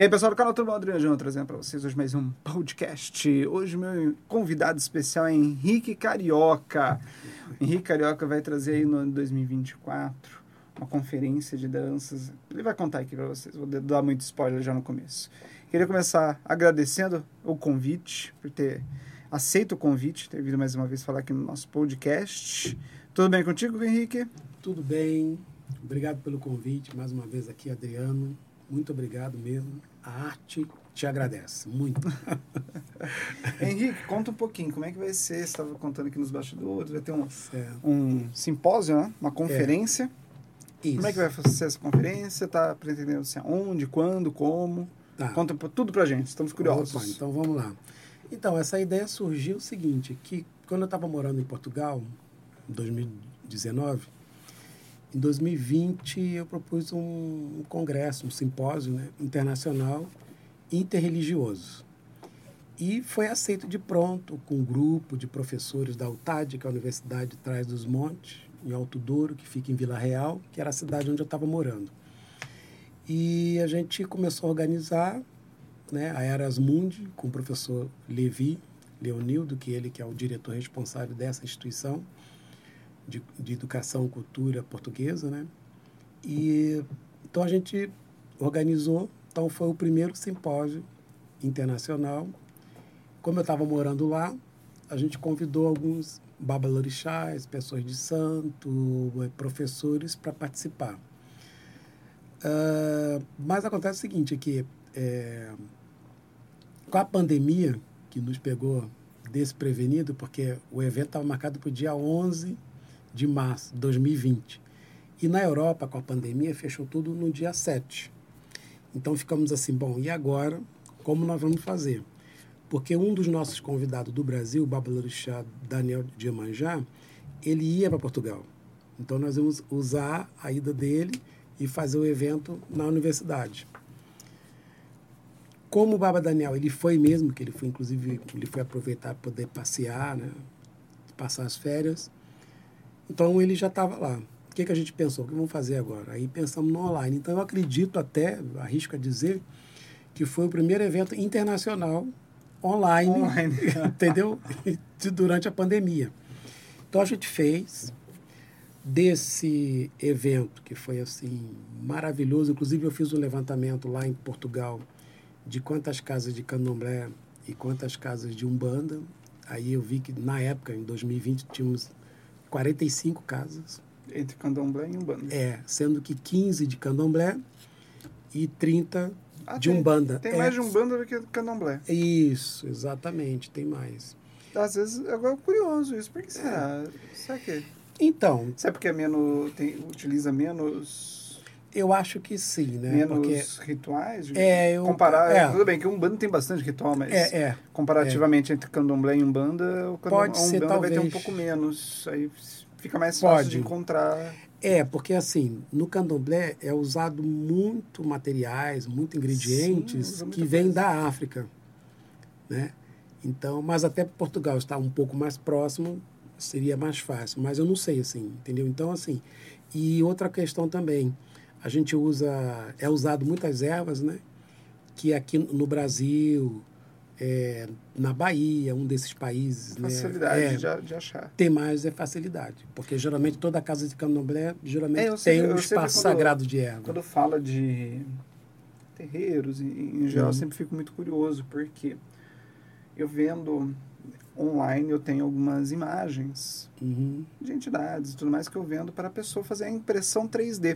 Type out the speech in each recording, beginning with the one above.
E aí, pessoal do canal, tudo bom? Adriano João trazendo para vocês hoje mais um podcast. Hoje meu convidado especial é Henrique Carioca. Henrique Carioca vai trazer aí no ano 2024 uma conferência de danças. Ele vai contar aqui para vocês, vou dar muito spoiler já no começo. Queria começar agradecendo o convite, por ter aceito o convite, ter vindo mais uma vez falar aqui no nosso podcast. Tudo bem contigo, Henrique? Tudo bem, obrigado pelo convite, mais uma vez aqui, Adriano. Muito obrigado mesmo. A arte te agradece, muito. Henrique, conta um pouquinho, como é que vai ser? Você estava contando aqui nos bastidores, vai ter um simpósio, né? Uma conferência. Isso. Como é que vai ser essa conferência? Está pretendendo ser onde, quando, como? Tá. Conta tudo pra gente, estamos curiosos. Opa, então vamos lá. Então, essa ideia surgiu o seguinte, que quando eu estava morando em Portugal, em 2019, em 2020 eu propus um congresso, um simpósio, né, internacional interreligioso. E foi aceito de pronto com um grupo de professores da UTAD, que é a Universidade de Trás-os-Montes, em Alto Douro, que fica em Vila Real, que era a cidade onde eu estava morando. E a gente começou a organizar, né, a Erasmundi, com o professor Levi Leonildo, que é o diretor responsável dessa instituição de educação e cultura portuguesa, né? E então a gente organizou, então foi o primeiro simpósio internacional. Como eu estava morando lá, a gente convidou alguns babalorixás, pessoas de santo, professores para participar. Mas acontece o seguinte, que com a pandemia que nos pegou desprevenido, porque o evento estava marcado para o dia 11 de março de 2020. E na Europa, com a pandemia, fechou tudo no dia 7. Então ficamos assim, bom, e agora, como nós vamos fazer? Porque um dos nossos convidados do Brasil, o babalorixá Daniel de Iemanjá, ele ia para Portugal. Então nós vamos usar a ida dele e fazer o evento na universidade. Como o Baba Daniel, ele foi mesmo, que ele foi, inclusive, ele foi aproveitar para poder passear, né, passar as férias. Então, ele já estava lá. O que a gente pensou? O que vamos fazer agora? Aí pensamos no online. Então, eu acredito até, arrisco a dizer, que foi o primeiro evento internacional online. Entendeu? Durante a pandemia. Então, a gente fez desse evento, que foi assim maravilhoso. Inclusive, eu fiz um levantamento lá em Portugal de quantas casas de candomblé e quantas casas de umbanda. Aí eu vi que, na época, em 2020, tínhamos 45 casas. Entre candomblé e umbanda. Sendo que 15 de candomblé e 30 de umbanda. Tem mais de umbanda do que candomblé. Isso, exatamente, tem mais. Às vezes, agora é curioso isso. Por que será? Será que... Então... Será porque utiliza menos... Eu acho que sim, né? Menos rituais? Comparar... Tudo bem que o umbanda tem bastante ritual, mas comparativamente entre candomblé e umbanda, a umbanda vai ter um pouco menos. Aí fica mais fácil de encontrar. Porque assim, no candomblé é usado muito materiais, muito ingredientes que vêm da África, né? Então, mas até Portugal está um pouco mais próximo, seria mais fácil. Mas eu não sei, assim, entendeu? Então, assim, e outra questão também, a gente é usado muitas ervas, né? Que aqui no Brasil, na Bahia, um desses países... Facilidade de achar. Tem mais facilidade. Porque geralmente toda casa de candomblé tem um espaço sagrado de erva. Quando fala de terreiros, em geral, eu sempre fico muito curioso, porque eu vendo online, eu tenho algumas imagens de entidades e tudo mais que eu vendo para a pessoa fazer a impressão 3D.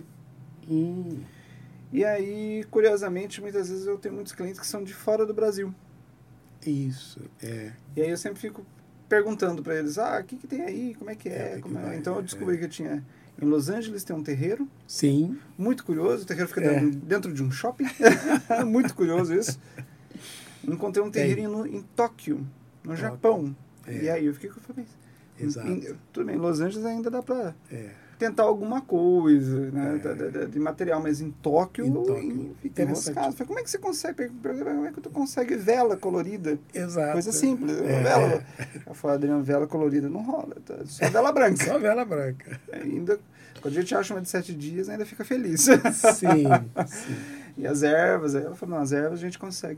E aí, curiosamente, muitas vezes eu tenho muitos clientes que são de fora do Brasil. Isso, E aí eu sempre fico perguntando para eles, o que tem aí, como é que é? Então eu descobri que eu tinha... Em Los Angeles tem um terreiro. Sim. Muito curioso, o terreiro fica dentro de um shopping. Muito curioso isso. Encontrei um terreiro em Tóquio, no Japão. E aí eu fiquei com a família. Exato. Tudo bem, em Los Angeles ainda dá para tentar alguma coisa, né, de material, mas em Tóquio fica enroscado. Falei, como é que você consegue? Como é que tu consegue vela colorida? Exato. Coisa simples. Vela. Eu falei, Adriano, vela colorida não rola. Só vela branca. Só vela branca. Ainda, quando a gente acha uma de 7 dias, ainda fica feliz. Sim. E as ervas, aí ela falou, não, as ervas a gente consegue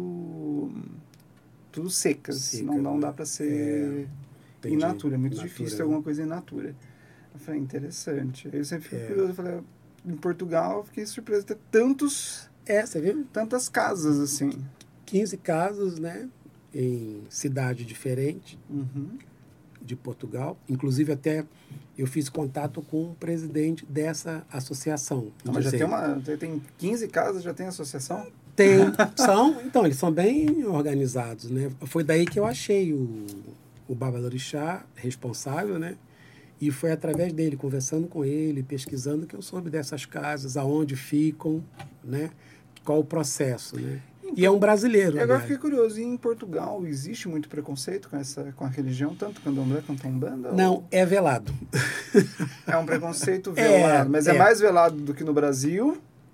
tudo secas. Seca, Não dá para ser in entendi. natura. É muito In difícil natura, ter né? alguma coisa in natura. Eu falei, interessante. Aí eu sempre fico É. curioso. Eu falei, em Portugal, eu fiquei surpreso de ter Você viu? tantas casas assim. 15 casos, né? Em cidade diferente Uhum. de Portugal. Inclusive, até eu fiz contato com o presidente dessa associação. Não, mas já Dizer, tem 15 casas, já tem associação? então, eles são bem organizados, né? Foi daí que eu achei o Babalorixá responsável, né? E foi através dele, conversando com ele, pesquisando, que eu soube dessas casas, aonde ficam, né? Qual o processo, né? E é um brasileiro, E agora aliás. fiquei curioso, e em Portugal existe muito preconceito com a religião, tanto candomblé quanto umbanda? Não, Ou é velado. é um preconceito É, velado, mas é é. mais velado do que no Brasil?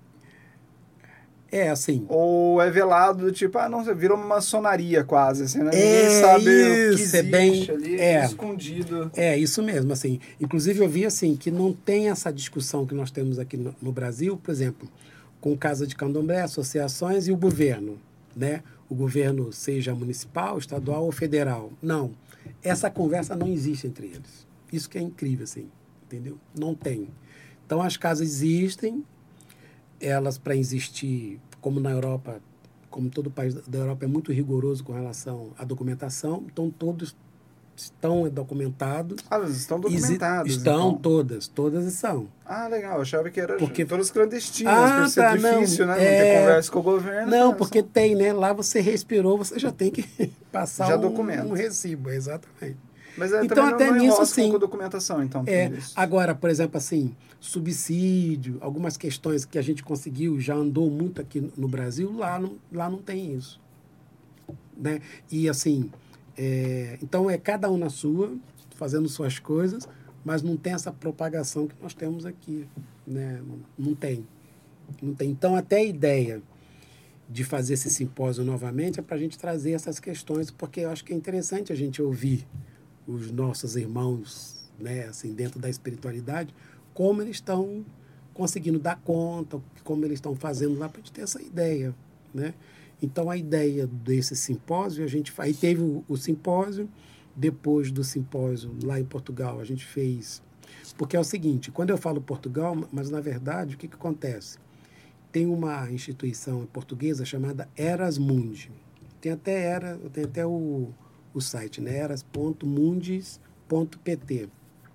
É assim. Ou é velado do tipo, não, virou uma maçonaria quase, assim, né? Ninguém É sabe o que isso, é bem. existe ali, É, escondido. é isso mesmo, assim. Inclusive eu vi assim que não tem essa discussão que nós temos aqui no Brasil, por exemplo, com casa de candomblé, associações e o governo, né? O governo seja municipal, estadual ou federal. Não. Essa conversa não existe entre eles. Isso que é incrível, assim, entendeu? Não tem. Então as casas existem, elas para existir, como na Europa, como todo país da Europa é muito rigoroso com relação à documentação, então todos estão documentados. Ah, elas estão documentadas, Estão então. todas são. Ah, legal. Eu achava que era Porque- todas clandestinas, por ser Não, difícil, né? Não ter conversa com o governo. Não, né? porque tem, né? Lá você respirou, você já tem que passar Já um, documenta. um recibo, exatamente. Mas Então, também até não nisso, enroscam sim. com documentação, então, por isso. Agora, por exemplo, assim, subsídio, algumas questões que a gente conseguiu, já andou muito aqui no Brasil, lá não tem isso. Né? E assim, então é cada um na sua, fazendo suas coisas, mas não tem essa propagação que nós temos aqui. Né? Não tem. Não tem. Então, até a ideia de fazer esse simpósio novamente é para a gente trazer essas questões, porque eu acho que é interessante a gente ouvir os nossos irmãos, né, assim, dentro da espiritualidade, como eles estão conseguindo dar conta, como eles estão fazendo lá, para a gente ter essa ideia, né? Então, a ideia desse simpósio, aí teve o simpósio, depois do simpósio lá em Portugal, a gente fez... Porque é o seguinte, quando eu falo Portugal, mas na verdade, o que acontece? Tem uma instituição portuguesa chamada Eras Mundi. Tem até o site, né? eras.mundis.pt.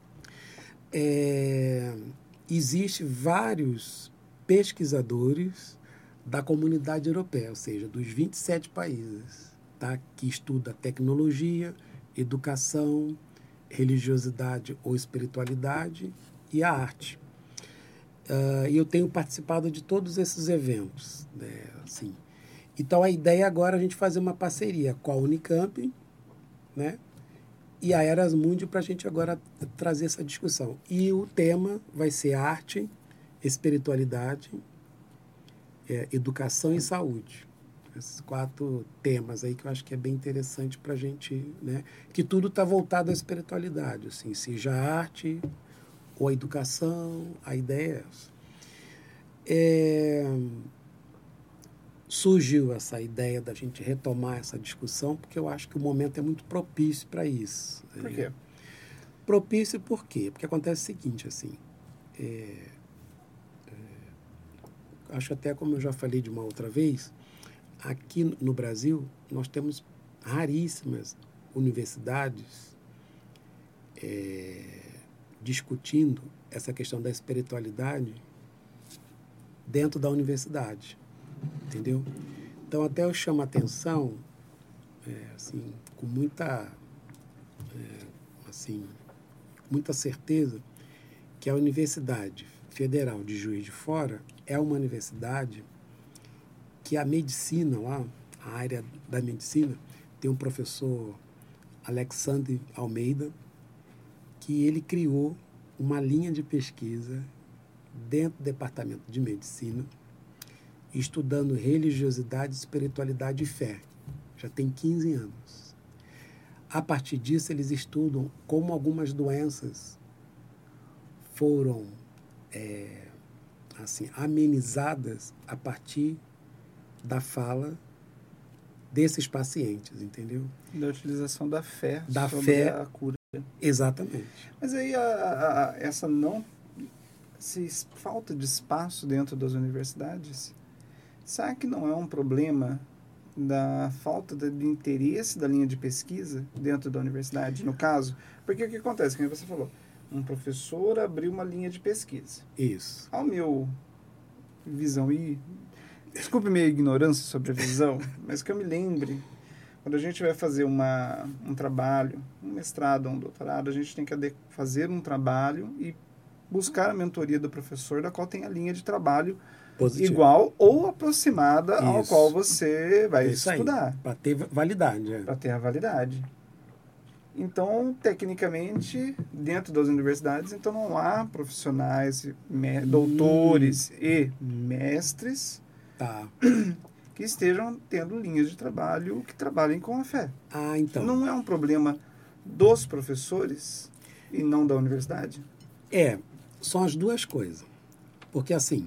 Existe vários pesquisadores da comunidade europeia, ou seja, dos 27 países, tá? Que estuda tecnologia, educação, religiosidade ou espiritualidade e a arte. E eu tenho participado de todos esses eventos, né? Assim. Então, a ideia agora é a gente fazer uma parceria com a Unicamp, né? E a Eras Mundi para a gente agora trazer essa discussão. E o tema vai ser arte, espiritualidade, educação e saúde. Esses 4 temas aí que eu acho que é bem interessante para a gente, né? Que tudo está voltado à espiritualidade, assim, seja a arte ou a educação, a ideia é essa. Surgiu essa ideia da gente retomar essa discussão, porque eu acho que o momento é muito propício para isso. Por quê? Propício por quê? Porque acontece o seguinte, assim, acho até como eu já falei de uma outra vez, aqui no Brasil nós temos raríssimas universidades discutindo essa questão da espiritualidade dentro da universidade, entendeu? Então até eu chamo a atenção, assim, com muita certeza, que a Universidade Federal de Juiz de Fora é uma universidade que a medicina lá, a área da medicina, tem um professor Alexandre Almeida, que ele criou uma linha de pesquisa dentro do departamento de medicina, estudando religiosidade, espiritualidade e fé. Já tem 15 anos. A partir disso, eles estudam como algumas doenças foram assim, amenizadas a partir da fala desses pacientes, entendeu? Da utilização da fé Da sobre fé. a cura. Exatamente. Mas aí essa não... falta de espaço dentro das universidades, será que não é um problema da falta de interesse da linha de pesquisa dentro da universidade, no caso? Porque o que acontece, como você falou, um professor abriu uma linha de pesquisa. Isso. Ao meu visão, e desculpe minha ignorância sobre a visão, mas que eu me lembre, quando a gente vai fazer um trabalho, um mestrado, um doutorado, a gente tem que fazer um trabalho e buscar a mentoria do professor, da qual tem a linha de trabalho Positivo. igual ou aproximada ao Isso. qual você vai estudar. Para ter validade. Para ter a validade. Então, tecnicamente, dentro das universidades, então não há profissionais, doutores e mestres Tá. que estejam tendo linhas de trabalho que trabalhem com a fé. Ah, então. Não é um problema dos professores e não da universidade? São as duas coisas. Porque, assim,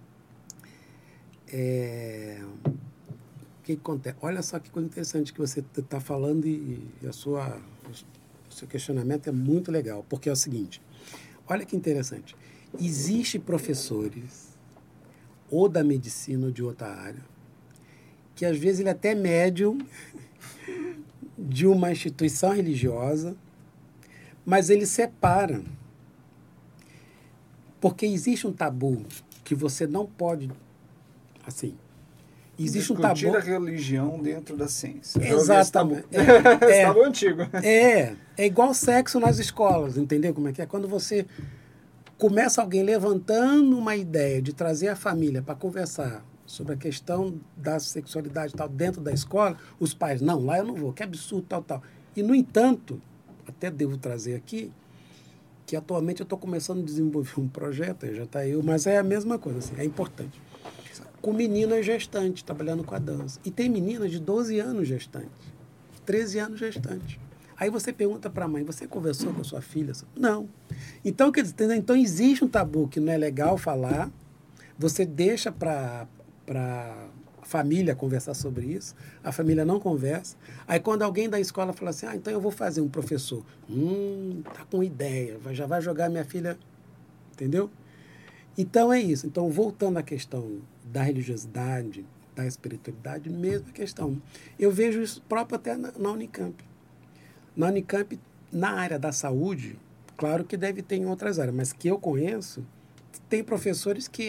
o que acontece? Olha só que coisa interessante que você está falando e o seu questionamento é muito legal. Porque é o seguinte, olha que interessante. Existem professores, ou da medicina ou de outra área, que às vezes ele é até médium de uma instituição religiosa, mas ele separa. Porque existe um tabu que você não pode, assim, existe um tabu... Discutir a religião dentro da ciência. Exatamente. Esse tabu antigo. É igual sexo nas escolas, entendeu como é que é? Quando você começa alguém levantando uma ideia de trazer a família para conversar sobre a questão da sexualidade e tal dentro da escola, os pais, não, lá eu não vou, que absurdo, tal. E, no entanto, até devo trazer aqui, que atualmente eu estou começando a desenvolver um projeto, já está eu, mas é a mesma coisa, assim, é importante. Com meninas gestantes, trabalhando com a dança. E tem meninas de 12 anos gestantes, 13 anos gestantes. Aí você pergunta para a mãe, você conversou com a sua filha? Não. Então, quer dizer, então existe um tabu que não é legal falar, você deixa para a família conversar sobre isso, a família não conversa. Aí quando alguém da escola fala assim, então eu vou fazer um professor. Tá com ideia, já vai jogar minha filha, entendeu? Então é isso. Então, voltando à questão da religiosidade, da espiritualidade, mesma questão. Eu vejo isso próprio até na Unicamp. Na Unicamp, na área da saúde, claro que deve ter em outras áreas, mas que eu conheço, tem professores que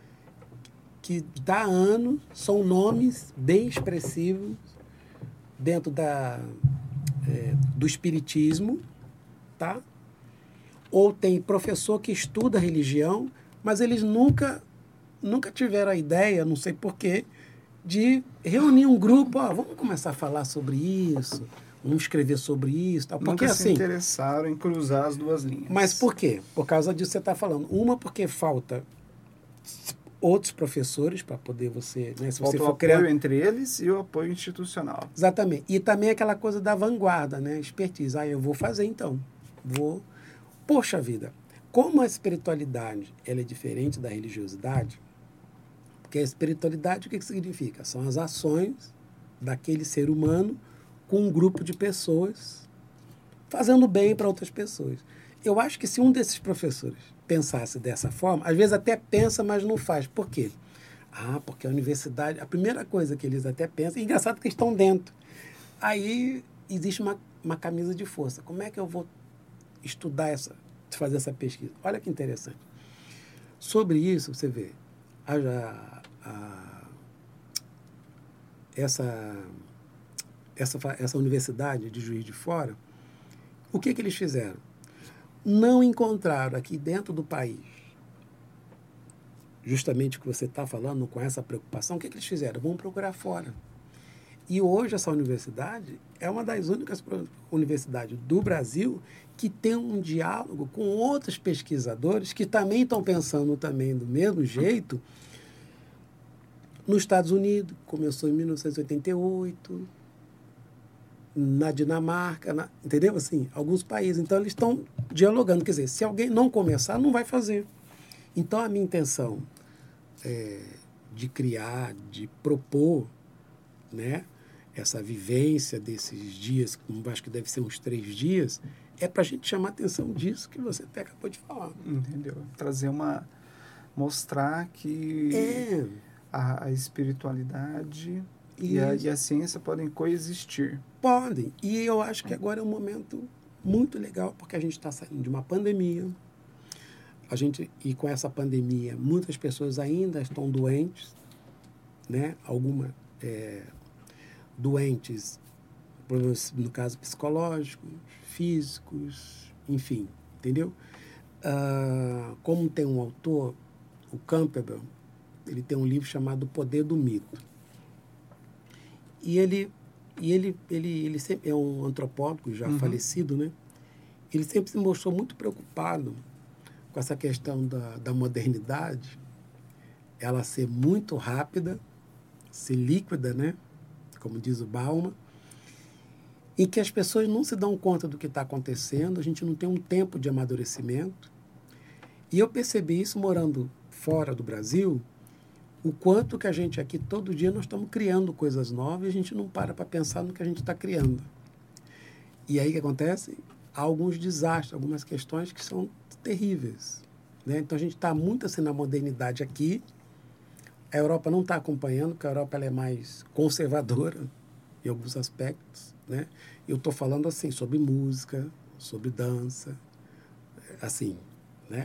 há anos são nomes bem expressivos dentro do espiritismo, tá? Ou tem professor que estuda religião, mas eles nunca tiveram a ideia, não sei porquê, de reunir um grupo, vamos começar a falar sobre isso, vamos escrever sobre isso. Tal. Porque, nunca se interessaram em cruzar as duas linhas. Mas por quê? Por causa disso que você está falando. Uma, porque falta outros professores para poder você... Né, se falta você for o apoio entre eles e o apoio institucional. Exatamente. E também aquela coisa da vanguarda, né? Expertise. Eu vou fazer então. Poxa vida, como a espiritualidade ela é diferente da religiosidade, porque a espiritualidade, o que significa? São as ações daquele ser humano com um grupo de pessoas fazendo bem para outras pessoas. Eu acho que se um desses professores pensasse dessa forma, às vezes até pensa, mas não faz. Por quê? Porque a universidade, a primeira coisa que eles até pensam, é engraçado que eles estão dentro. Aí existe uma camisa de força. Como é que eu vou estudar fazer essa pesquisa? Olha que interessante. Sobre isso, você vê, essa universidade de Juiz de Fora, o que eles fizeram? Não encontraram aqui dentro do país, justamente o que você está falando, com essa preocupação, o que eles fizeram? Vão procurar fora. E hoje essa universidade é uma das únicas universidades do Brasil que tem um diálogo com outros pesquisadores que também estão pensando também do mesmo jeito. Nos Estados Unidos, começou em 1988, na Dinamarca, entendeu? Assim, alguns países. Então, eles estão dialogando. Quer dizer, se alguém não começar, não vai fazer. Então, a minha intenção de criar, de propor, né, essa vivência desses dias, como acho que deve ser uns 3 dias, é para a gente chamar a atenção disso que você até acabou de falar. Entendeu? Mostrar que a espiritualidade e a ciência podem coexistir. Podem. E eu acho que agora é um momento muito legal, porque a gente está saindo de uma pandemia. E com essa pandemia, muitas pessoas ainda estão doentes, né? Algumas doentes, problemas, no caso, psicológicos, físicos, enfim, entendeu? Como tem um autor, o Campbell, ele tem um livro chamado O Poder do Mito. E ele sempre é um antropólogo já falecido, né? Ele sempre se mostrou muito preocupado com essa questão da modernidade, ela ser muito rápida, ser líquida, né? Como diz o Bauman, e que as pessoas não se dão conta do que está acontecendo, a gente não tem um tempo de amadurecimento. E eu percebi isso morando fora do Brasil, o quanto que a gente aqui, todo dia, nós estamos criando coisas novas e a gente não para pensar no que a gente está criando. E aí o que acontece? Há alguns desastres, algumas questões que são terríveis, né? Então a gente está muito assim na modernidade aqui, a Europa não está acompanhando, porque a Europa ela é mais conservadora em alguns aspectos, né? Eu estou falando assim sobre música, sobre dança, assim, né?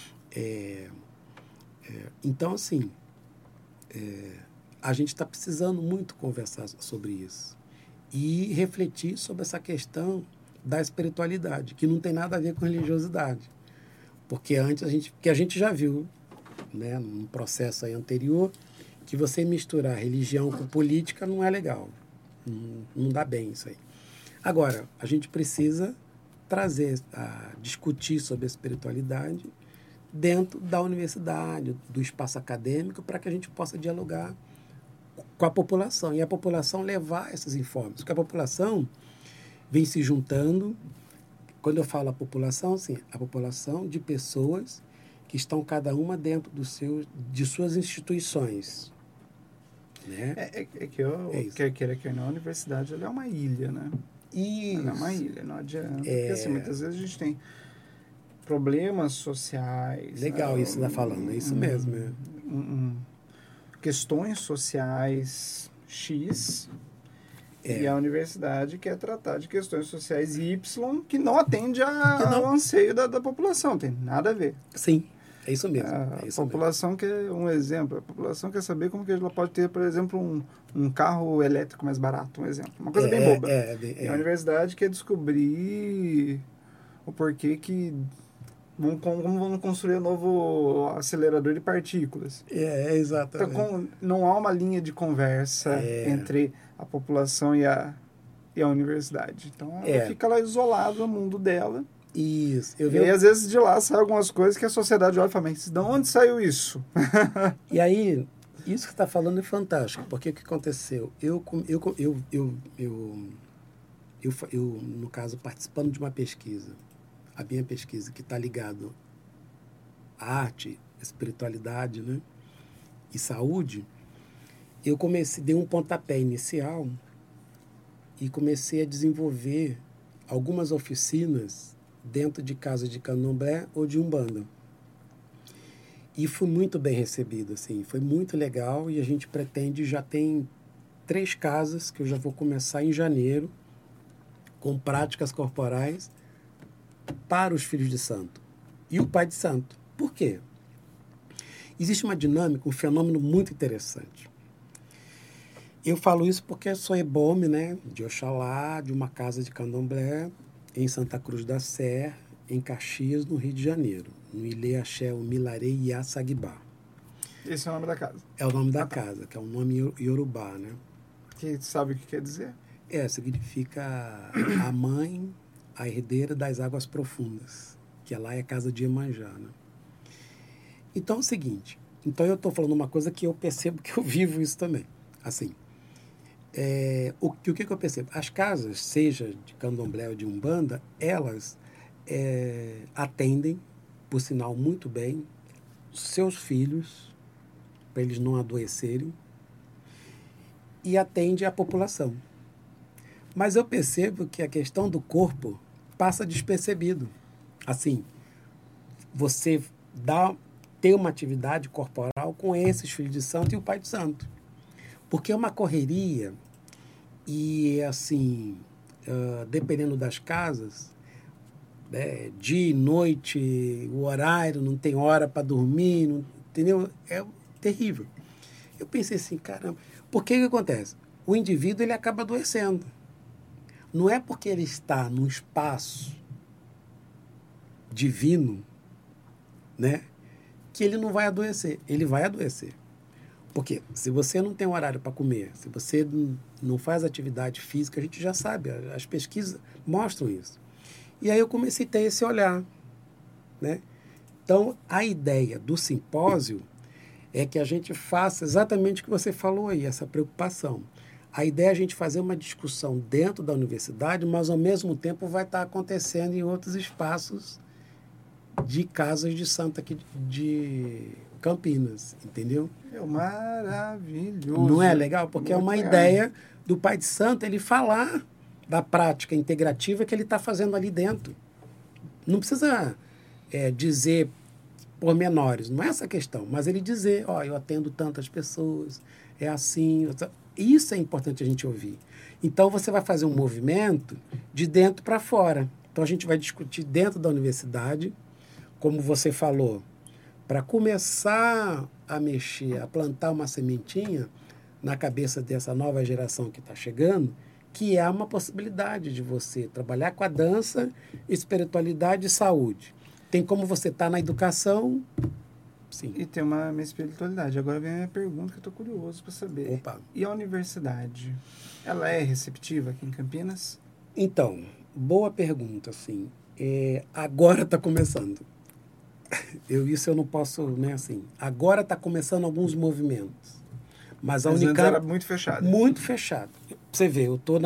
Então, assim, a gente está precisando muito conversar sobre isso e refletir sobre essa questão da espiritualidade, que não tem nada a ver com religiosidade. Porque antes a gente já viu, né, num processo aí anterior, que você misturar religião com política não é legal. Não dá bem isso aí. Agora, a gente precisa discutir sobre a espiritualidade dentro da universidade, do espaço acadêmico, para que a gente possa dialogar com a população e a população levar essas informações. Porque a população vem se juntando. Quando eu falo a população, assim, a população de pessoas que estão cada uma dentro de suas instituições. Né? Quer queira, quer não, a universidade ela é uma ilha, né? Isso. Ela é uma ilha, não adianta. Porque assim, muitas vezes a gente tem problemas sociais. Legal isso que você está falando, é isso mesmo. Questões sociais X. E a universidade quer tratar de questões sociais Y que não atende ao anseio da população. Tem nada a ver. Sim, é isso mesmo. A população quer um exemplo. A população quer saber como que ela pode ter, por exemplo, um carro elétrico mais barato, um exemplo. Uma coisa bem boba. E a universidade quer descobrir o porquê que como vamos construir um novo acelerador de partículas. Exatamente. Então, não há uma linha de conversa entre a população e a universidade. Então, ela fica lá isolada no mundo dela. Isso. E aí, às vezes, de lá saem algumas coisas que a sociedade olha e fala, mas de onde saiu isso? E aí, isso que você está falando é fantástico, porque o que aconteceu? Eu, no caso, participando de uma pesquisa, a minha pesquisa que está ligada à arte, espiritualidade, né, e saúde, eu dei um pontapé inicial e comecei a desenvolver algumas oficinas dentro de casas de candomblé ou de umbanda. E fui muito bem recebido, assim, foi muito legal e a gente já tem 3 casas que eu já vou começar em janeiro com práticas corporais para os filhos de santo e o pai de santo. Por quê? Existe uma dinâmica, um fenômeno muito interessante. Eu falo isso porque sou ebome, né, de Oxalá, de uma casa de candomblé em Santa Cruz da Serra, em Caxias, no Rio de Janeiro, no Ilê Axé, o Milarei Yasaguibá. Esse é o nome da casa? É o nome da casa, que é um nome iorubá, né? Que sabe o que quer dizer? Significa a mãe, a herdeira das águas profundas, que lá é a casa de Iemanjá, né? Então é o seguinte, eu estou falando uma coisa que eu percebo que eu vivo isso também. Assim, o que eu percebo? As casas, seja de candomblé ou de umbanda, elas atendem, por sinal, muito bem, seus filhos para eles não adoecerem, e atende a população. Mas eu percebo que a questão do corpo passa despercebido. Assim, você ter uma atividade corporal com esses filhos de santo e o pai de santo. Porque é uma correria e, assim, dependendo das casas, dia e noite, o horário, não tem hora para dormir, não, entendeu? É terrível. Eu pensei assim, caramba, por que acontece? O indivíduo ele acaba adoecendo. Não é porque ele está num espaço divino, né, que ele não vai adoecer. Ele vai adoecer. Porque se você não tem um horário para comer, se você não faz atividade física, a gente já sabe, as pesquisas mostram isso. E aí eu comecei a ter esse olhar, né? Então, a ideia do simpósio é que a gente faça exatamente o que você falou aí, essa preocupação. A ideia é a gente fazer uma discussão dentro da universidade, mas ao mesmo tempo vai estar acontecendo em outros espaços de casas de santo aqui de Campinas, entendeu? É maravilhoso. Não é legal? Porque muito é uma legal. ideia do pai de santo ele falar da prática integrativa que ele está fazendo ali dentro. Não precisa dizer pormenores, não é essa a questão, mas ele dizer, eu atendo tantas pessoas, é assim. Isso é importante a gente ouvir. Então, você vai fazer um movimento de dentro para fora. Então, a gente vai discutir dentro da universidade, como você falou, para começar a mexer, a plantar uma sementinha na cabeça dessa nova geração que está chegando, que é uma possibilidade de você trabalhar com a dança, espiritualidade e saúde. Tem como você estar na educação, sim. E tem uma espiritualidade. Agora vem a minha pergunta que eu estou curioso para saber. Opa. E a universidade, ela é receptiva aqui em Campinas? Então, boa pergunta, assim. Agora está começando. Isso eu não posso, né, assim. Agora está começando alguns movimentos. Mas a Unicamp era muito fechada. Muito fechada. Você vê,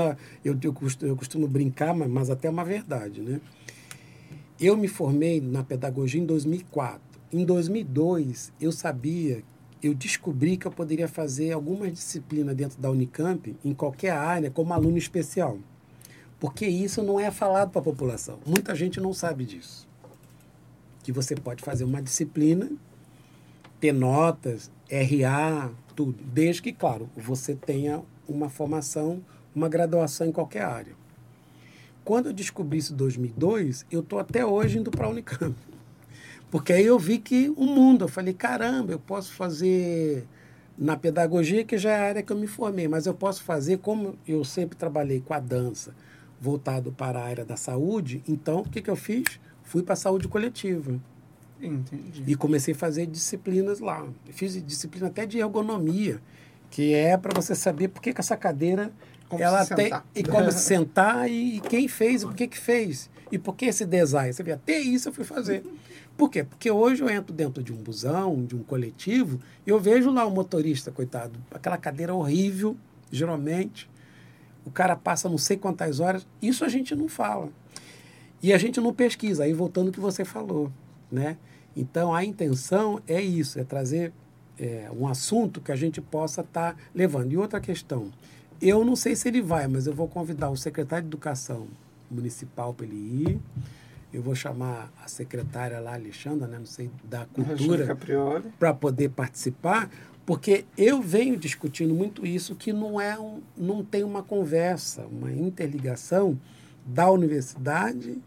eu costumo brincar, mas até é uma verdade, né? Eu me formei na pedagogia em 2004. Em 2002, eu descobri que eu poderia fazer algumas disciplinas dentro da Unicamp, em qualquer área, como aluno especial. Porque isso não é falado para a população. Muita gente não sabe disso. Que você pode fazer uma disciplina, ter notas, RA, tudo. Desde que, claro, você tenha uma formação, uma graduação em qualquer área. Quando eu descobri isso em 2002, eu estou até hoje indo para a Unicamp. Porque aí eu vi que o mundo, eu falei, caramba, eu posso fazer na pedagogia, que já é a área que eu me formei, mas eu posso fazer, como eu sempre trabalhei com a dança, voltado para a área da saúde, então o que eu fiz? Fui para a saúde coletiva. Entendi. E comecei a fazer disciplinas lá. Fiz disciplina até de ergonomia, que é para você saber por que essa cadeira ela tem e como se sentar e quem fez e por que fez e por que esse design. Você vê, até isso eu fui fazer. Por quê? Porque hoje eu entro dentro de um busão, de um coletivo, e eu vejo lá o motorista, coitado, aquela cadeira horrível, geralmente. O cara passa não sei quantas horas. Isso a gente não fala. E a gente não pesquisa. Aí voltando ao que você falou, né? Então a intenção é isso, é trazer um assunto que a gente possa estar levando. E outra questão, eu não sei se ele vai, mas eu vou convidar o secretário de Educação Municipal para ele ir. Eu vou chamar a secretária lá, Alexandra, né, não sei, da Cultura, para poder participar, porque eu venho discutindo muito isso, que não tem uma conversa, uma interligação da universidade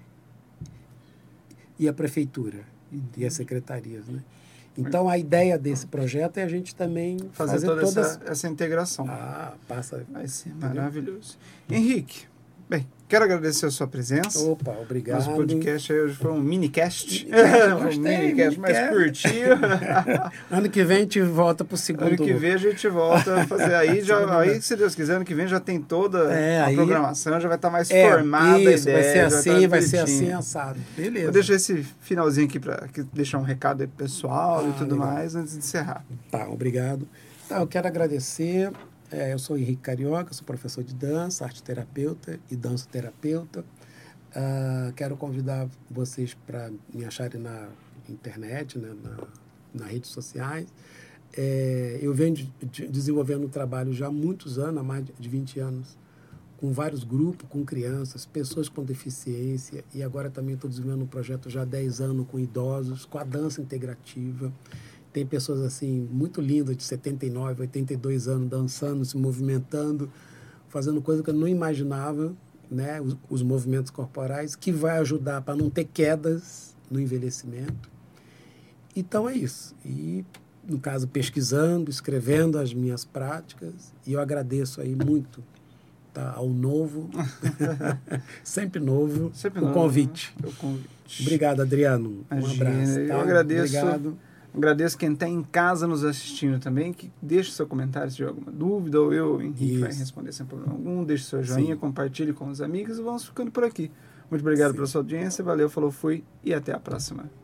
e a prefeitura e as secretarias, né? Então, a ideia desse projeto é a gente também fazer toda essa integração. Vai ser maravilhoso. Henrique, bem, quero agradecer a sua presença. Opa, obrigado. Nosso podcast hoje foi um minicast. Um minicast mais curtinho. Ano que vem a gente volta para o segundo. Ano que vem a gente volta a fazer. Aí, se Deus quiser, ano que vem já tem toda a programação, já vai estar mais formada isso, a ideia. Vai ser assim, assado. Beleza. Vou deixar esse finalzinho aqui para deixar um recado aí pro pessoal e tudo legal. mais, antes de encerrar. Tá, obrigado. Eu quero agradecer. Eu sou Henrique Carioca, sou professor de dança, arte-terapeuta e dançoterapeuta. Quero convidar vocês para me acharem na internet, né, nas redes sociais. eu venho desenvolvendo um trabalho já há muitos anos, há mais de 20 anos, com vários grupos, com crianças, pessoas com deficiência, e agora também estou desenvolvendo um projeto já há 10 anos com idosos, com a dança integrativa. Tem pessoas assim muito lindas, de 79, 82 anos, dançando, se movimentando, fazendo coisa que eu não imaginava, né? Os movimentos corporais, que vai ajudar para não ter quedas no envelhecimento. Então é isso. E, no caso, pesquisando, escrevendo as minhas práticas, e eu agradeço aí muito, tá, ao Novo, sempre novo, o convite. O convite. Obrigado, Adriano. Um abraço. Tá? Eu agradeço. Obrigado. Agradeço quem está em casa nos assistindo também, que deixe seu comentário se tiver alguma dúvida, ou eu, Henrique, vai responder sem problema algum. Deixe seu joinha, compartilhe com os amigos e vamos ficando por aqui. Muito obrigado pela sua audiência, valeu, falou, fui e até a próxima.